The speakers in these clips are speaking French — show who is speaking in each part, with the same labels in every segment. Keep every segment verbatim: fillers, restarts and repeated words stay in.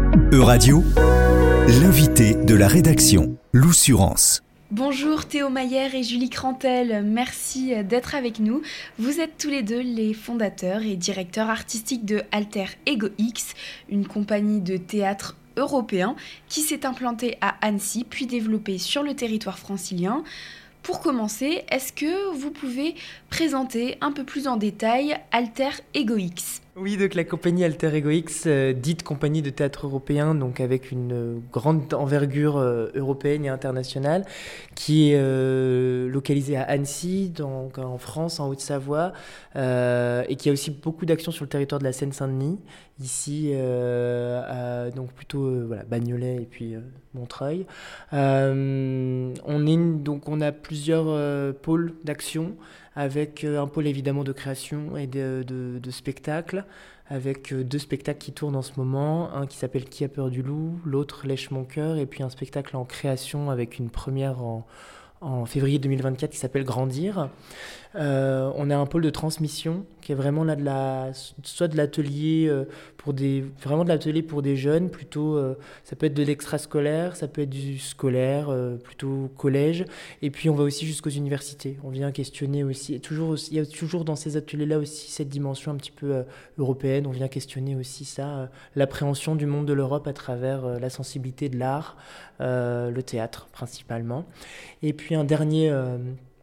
Speaker 1: Euradio, l'invité de la rédaction, l'Oussurance.
Speaker 2: Bonjour Théo Maillère et Julie Crantel, merci d'être avec nous. Vous êtes tous les deux les fondateurs et directeurs artistiques de Alter Ego X, une compagnie de théâtre européen qui s'est implantée à Annecy puis développée sur le territoire francilien. Pour commencer, est-ce que vous pouvez présenter un peu plus en détail Alter Ego X ?
Speaker 3: Oui, donc la compagnie Alter Ego X, euh, dite compagnie de théâtre européen, donc avec une euh, grande envergure euh, européenne et internationale, qui est euh, localisée à Annecy, donc en France, en Haute-Savoie, euh, et qui a aussi beaucoup d'actions sur le territoire de la Seine-Saint-Denis, ici, euh, à, donc plutôt euh, voilà, Bagnolet et puis euh, Montreuil. Euh, on, est une, donc on a plusieurs euh, pôles d'action, avec un pôle évidemment de création et de, de, de spectacles, avec deux spectacles qui tournent en ce moment, un qui s'appelle Qui a peur du loup, l'autre Lèche mon cœur, et puis un spectacle en création avec une première en, en février deux mille vingt-quatre qui s'appelle Grandir. Euh, on a un pôle de transmission qui est vraiment là de la, soit de l'atelier euh, pour des, vraiment de l'atelier pour des jeunes, plutôt euh, ça peut être de l'extrascolaire, ça peut être du scolaire, euh, plutôt collège, et puis on va aussi jusqu'aux universités. On vient questionner aussi, toujours aussi, il y a toujours dans ces ateliers-là aussi cette dimension un petit peu euh, européenne. On vient questionner aussi ça, euh, l'appréhension du monde de l'Europe à travers euh, la sensibilité de l'art, euh, le théâtre principalement. Et puis un dernier euh,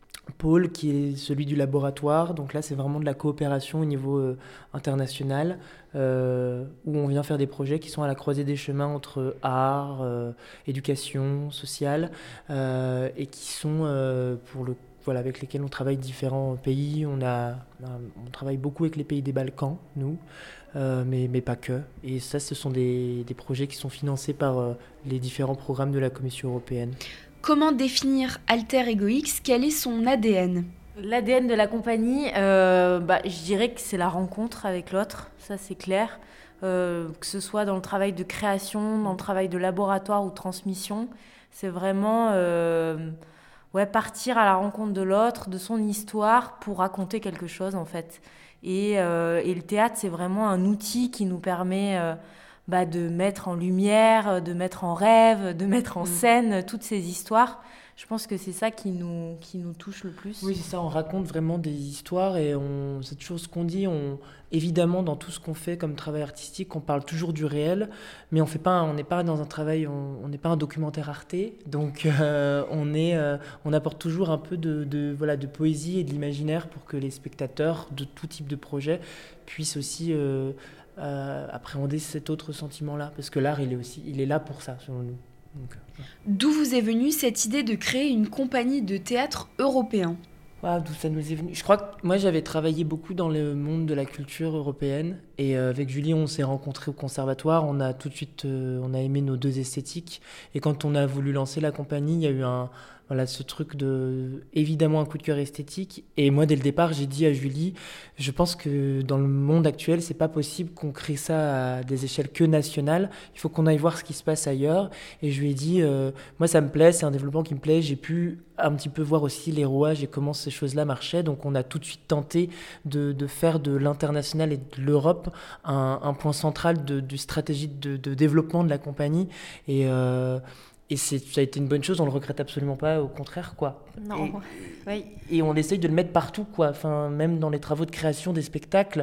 Speaker 3: pôle qui est celui du laboratoire, donc là c'est vraiment de la coopération au niveau euh, international, euh, où on vient faire des projets qui sont à la croisée des chemins entre art, euh, éducation, sociale, euh, et qui sont euh, pour le voilà, avec lesquels on travaille différents pays. On, a, on travaille beaucoup avec les pays des Balkans, nous, euh, mais, mais pas que. Et ça, ce sont des, des projets qui sont financés par euh, les différents programmes de la Commission européenne.
Speaker 2: Comment définir Alter Ego X ? Quel est son A D N ?
Speaker 4: L'A D N de la compagnie, euh, bah, je dirais que c'est la rencontre avec l'autre, ça c'est clair. Euh, que ce soit dans le travail de création, dans le travail de laboratoire ou de transmission, c'est vraiment euh, ouais, partir à la rencontre de l'autre, de son histoire pour raconter quelque chose en fait. Et, euh, et le théâtre, c'est vraiment un outil qui nous permet... Euh, Bah, de mettre en lumière, de mettre en rêve, de mettre en scène toutes ces histoires. Je pense que c'est ça qui nous, qui nous touche le plus.
Speaker 3: Oui, c'est ça, on raconte vraiment des histoires et on, c'est toujours ce qu'on dit. On, évidemment, dans tout ce qu'on fait comme travail artistique, on parle toujours du réel, mais on fait pas, on n'est pas dans un travail, on n'est pas un documentaire Arte, donc euh, on, est, euh, on apporte toujours un peu de, de, voilà, de poésie et de l'imaginaire pour que les spectateurs de tout type de projet puissent aussi... Euh, Euh, appréhender cet autre sentiment-là, parce que l'art, il est aussi, il est là pour ça, selon nous. Donc, euh,
Speaker 2: D'où vous est venue cette idée de créer une compagnie de théâtre européen ?
Speaker 3: voilà, d'où ça nous est venu. Je crois que moi, j'avais travaillé beaucoup dans le monde de la culture européenne, et euh, avec Julie, on s'est rencontrés au conservatoire. On a tout de suite, euh, on a aimé nos deux esthétiques, et quand on a voulu lancer la compagnie, il y a eu un Voilà, ce truc de, évidemment, un coup de cœur esthétique. Et moi, dès le départ, j'ai dit à Julie, je pense que dans le monde actuel, c'est pas possible qu'on crée ça à des échelles que nationales. Il faut qu'on aille voir ce qui se passe ailleurs. Et je lui ai dit, euh, moi, ça me plaît, c'est un développement qui me plaît. J'ai pu un petit peu voir aussi les rouages et comment ces choses-là marchaient. Donc, on a tout de suite tenté de, de faire de l'international et de l'Europe un, un point central de, de stratégie de, de développement de la compagnie. Et... Euh, Et c'est, ça a été une bonne chose, on le regrette absolument pas, au contraire, quoi.
Speaker 4: Non,
Speaker 3: et,
Speaker 4: oui.
Speaker 3: Et on essaye de le mettre partout, quoi. Enfin, même dans les travaux de création des spectacles,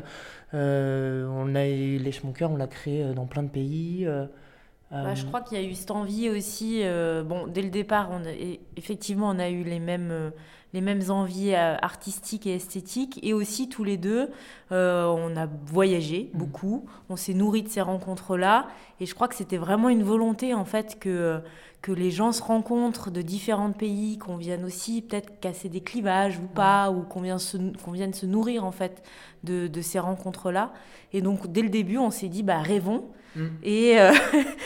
Speaker 3: euh, on a Lèche mon cœur, on l'a créé dans plein de pays. Euh,
Speaker 4: bah, je crois qu'il y a eu cette envie aussi. Euh, bon, dès le départ, on a, effectivement, on a eu les mêmes, euh, les mêmes envies euh, artistiques et esthétiques, et aussi tous les deux, euh, on a voyagé mmh. beaucoup. On s'est nourri de ces rencontres-là, et je crois que c'était vraiment une volonté, en fait, que que les gens se rencontrent de différents pays, qu'on vienne aussi peut-être casser des clivages ou pas, mmh. ou qu'on vienne, se, qu'on vienne se nourrir en fait de, de ces rencontres-là. Et donc dès le début, on s'est dit bah rêvons. Mmh. Et, euh,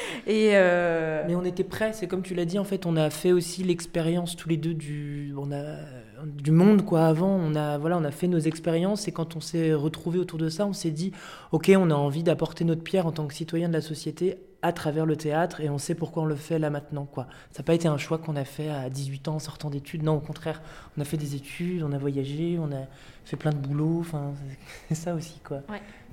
Speaker 4: et euh...
Speaker 3: mais on était prêts. C'est comme tu l'as dit. En fait, on a fait aussi l'expérience tous les deux du, on a du monde quoi. Avant, on a voilà, on a fait nos expériences et quand on s'est retrouvés autour de ça, on s'est dit ok, on a envie d'apporter notre pierre en tant que citoyen de la société à travers le théâtre, et on sait pourquoi on le fait là maintenant, quoi. Ça n'a pas été un choix qu'on a fait à dix-huit ans en sortant d'études, non, au contraire, on a fait des études, on a voyagé, on a fait plein de boulot, enfin, c'est ça aussi, quoi.
Speaker 4: Ouais.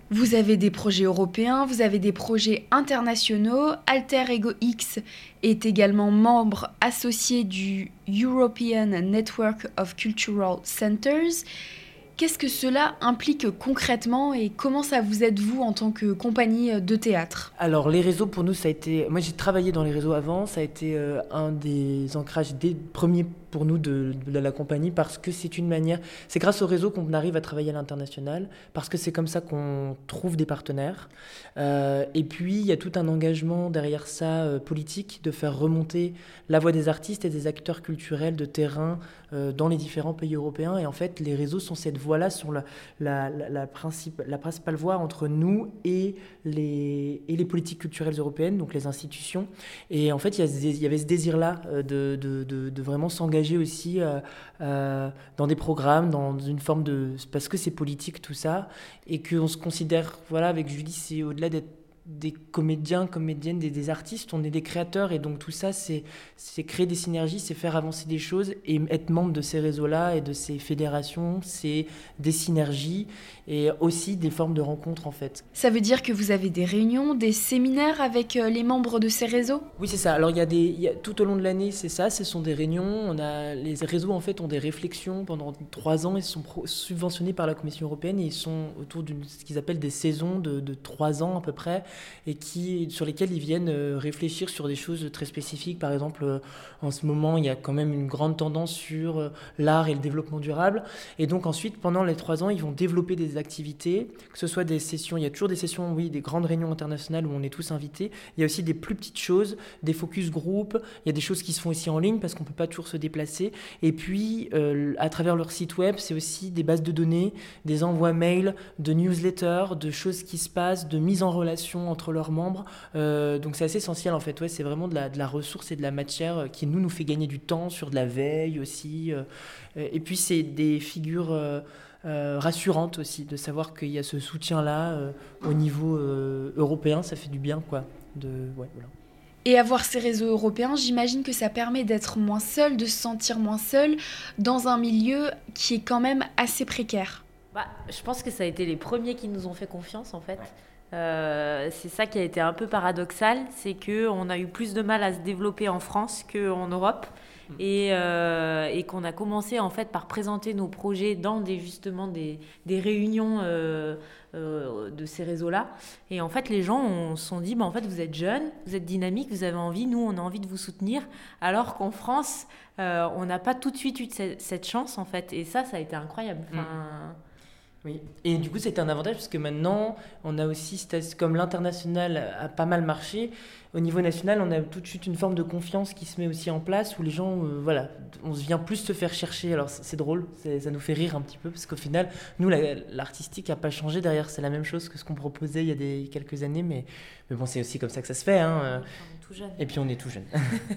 Speaker 2: Vous avez des projets européens, vous avez des projets internationaux. Alter Ego X est également membre associé du European Network of Cultural Centers. Qu'est-ce que cela implique concrètement et comment ça vous aide, vous, en tant que compagnie de théâtre ?
Speaker 3: Alors, les réseaux, pour nous, ça a été... Moi, j'ai travaillé dans les réseaux avant. Ça a été euh, un des ancrages des premiers pour nous de, de la compagnie parce que c'est une manière... C'est grâce au réseau qu'on arrive à travailler à l'international parce que c'est comme ça qu'on trouve des partenaires. Euh, et puis, il y a tout un engagement derrière ça euh, politique de faire remonter la voix des artistes et des acteurs culturels de terrain euh, dans les différents pays européens. Et en fait, les réseaux sont cette voix-là, sont la, la, la, la, principe, la principale voix entre nous et les, et les politiques culturelles européennes, donc les institutions. Et en fait, il y, il y avait ce désir-là euh, de, de, de, de vraiment s'engager aussi euh, euh, dans des programmes, dans une forme de... Parce que c'est politique tout ça, et qu'on se considère, voilà, avec Julie, c'est au-delà d'être des comédiens, comédiennes, des, des artistes, on est des créateurs, et donc tout ça, c'est, c'est créer des synergies, c'est faire avancer des choses, et être membre de ces réseaux-là et de ces fédérations, c'est des synergies, et aussi des formes de rencontres, en fait.
Speaker 2: Ça veut dire que vous avez des réunions, des séminaires avec les membres de ces réseaux ?
Speaker 3: Oui, c'est ça. Alors, il y a des, il y a, tout au long de l'année, c'est ça, ce sont des réunions. On a, les réseaux, en fait, ont des réflexions pendant trois ans, ils sont pro- subventionnés par la Commission européenne, et ils sont autour de ce qu'ils appellent des saisons de, de trois ans, à peu près, et qui, sur lesquels ils viennent euh, réfléchir sur des choses très spécifiques. Par exemple, euh, en ce moment, il y a quand même une grande tendance sur euh, l'art et le développement durable. Et donc ensuite, pendant les trois ans, ils vont développer des activités, que ce soit des sessions, il y a toujours des sessions, oui, des grandes réunions internationales où on est tous invités. Il y a aussi des plus petites choses, des focus group, il y a des choses qui se font ici en ligne parce qu'on ne peut pas toujours se déplacer. Et puis, euh, à travers leur site web, c'est aussi des bases de données, des envois mails, de newsletters, de choses qui se passent, de mise en relation entre leurs membres. Euh, donc c'est assez essentiel en fait. Ouais, c'est vraiment de la, de la ressource et de la matière qui nous, nous fait gagner du temps sur de la veille aussi. Euh, et puis c'est des figures euh, euh, rassurantes aussi, de savoir qu'il y a ce soutien-là euh, au niveau euh, européen. Ça fait du bien, quoi. De, ouais, voilà.
Speaker 2: Et avoir ces réseaux européens, j'imagine que ça permet d'être moins seul, de se sentir moins seul dans un milieu qui est quand même assez précaire.
Speaker 4: Bah, je pense que ça a été les premiers qui nous ont fait confiance en fait. Ouais. Euh, c'est ça qui a été un peu paradoxal, c'est qu'on a eu plus de mal à se développer en France qu'en Europe. Et, euh, et qu'on a commencé en fait par présenter nos projets dans des, justement des, des réunions euh, euh, de ces réseaux-là. Et en fait, les gens se sont dit, bah, en fait, vous êtes jeunes, vous êtes dynamiques, vous avez envie, nous, on a envie de vous soutenir. Alors qu'en France, euh, on n'a pas tout de suite eu cette, cette chance, en fait. Et ça, ça a été incroyable. Enfin...
Speaker 3: Mmh. Oui, et du coup c'est un avantage parce que maintenant on a aussi, comme l'international a pas mal marché, au niveau national on a tout de suite une forme de confiance qui se met aussi en place où les gens, euh, voilà, on vient plus se faire chercher. Alors c'est drôle, c'est, ça nous fait rire un petit peu parce qu'au final, nous la, l'artistique n'a pas changé derrière, c'est la même chose que ce qu'on proposait il y a des, quelques années, mais, mais bon c'est aussi comme ça que ça se fait. Hein.
Speaker 4: On est tout jeune.
Speaker 3: Et puis on est tout jeune.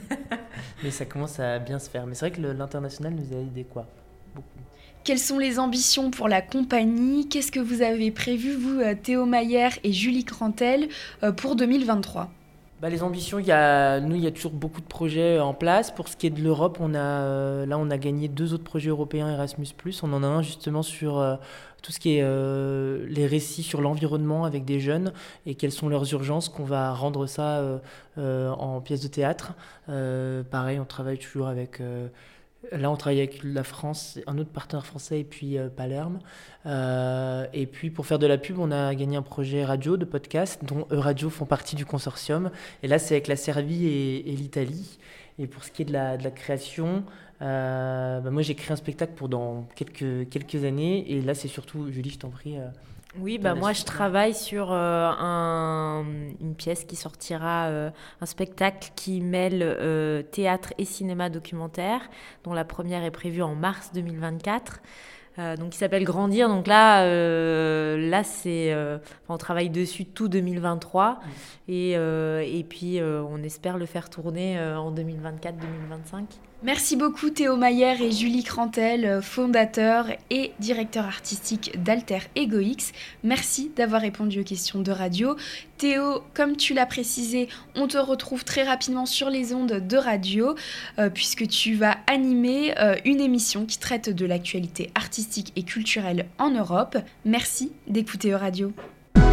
Speaker 3: Mais ça commence à bien se faire. Mais c'est vrai que le, l'international nous a aidé quoi, beaucoup.
Speaker 2: Quelles sont les ambitions pour la compagnie ? Qu'est-ce que vous avez prévu, vous, Théo Mayer et Julie Crantel, pour deux mille vingt-trois ?
Speaker 3: Bah, les ambitions, il y a, nous, il y a toujours beaucoup de projets en place. Pour ce qui est de l'Europe, on a, euh, là, on a gagné deux autres projets européens Erasmus plus. On en a un justement sur euh, tout ce qui est euh, les récits sur l'environnement avec des jeunes et quelles sont leurs urgences, qu'on va rendre ça euh, euh, en pièce de théâtre. Euh, pareil, on travaille toujours avec... Euh, Là, on travaille avec la France, un autre partenaire français, et puis euh, Palerme. Euh, et puis, pour faire de la pub, on a gagné un projet radio de podcast, dont Euradio font partie du consortium. Et là, c'est avec la Serbie et, et l'Italie. Et pour ce qui est de la, de la création, euh, bah moi, j'ai créé un spectacle pour dans quelques, quelques années. Et là, c'est surtout, Julie, je t'en prie... Euh,
Speaker 4: Oui, bah moi je travaille sur euh, un, une pièce qui sortira, euh, un spectacle qui mêle euh, théâtre et cinéma documentaire, dont la première est prévue en mars deux mille vingt-quatre. Euh, donc il s'appelle Grandir. Donc là, euh, là c'est, euh, on travaille dessus tout deux mille vingt-trois mmh. et, euh, et puis euh, on espère le faire tourner euh, en deux mille vingt-quatre deux mille vingt-cinq.
Speaker 2: Merci beaucoup Théo Mayer et Julie Crantel, fondateurs et directeurs artistiques d'Alter Ego X. Merci d'avoir répondu aux questions de radio. Théo, comme tu l'as précisé, on te retrouve très rapidement sur les ondes de radio euh, puisque tu vas animer euh, une émission qui traite de l'actualité artistique et culturelle en Europe. Merci d'écouter Euradio.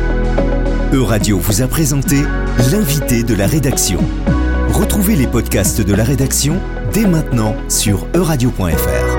Speaker 1: Euradio vous a présenté l'invité de la rédaction. Retrouvez les podcasts de la rédaction dès maintenant sur euradio point f r.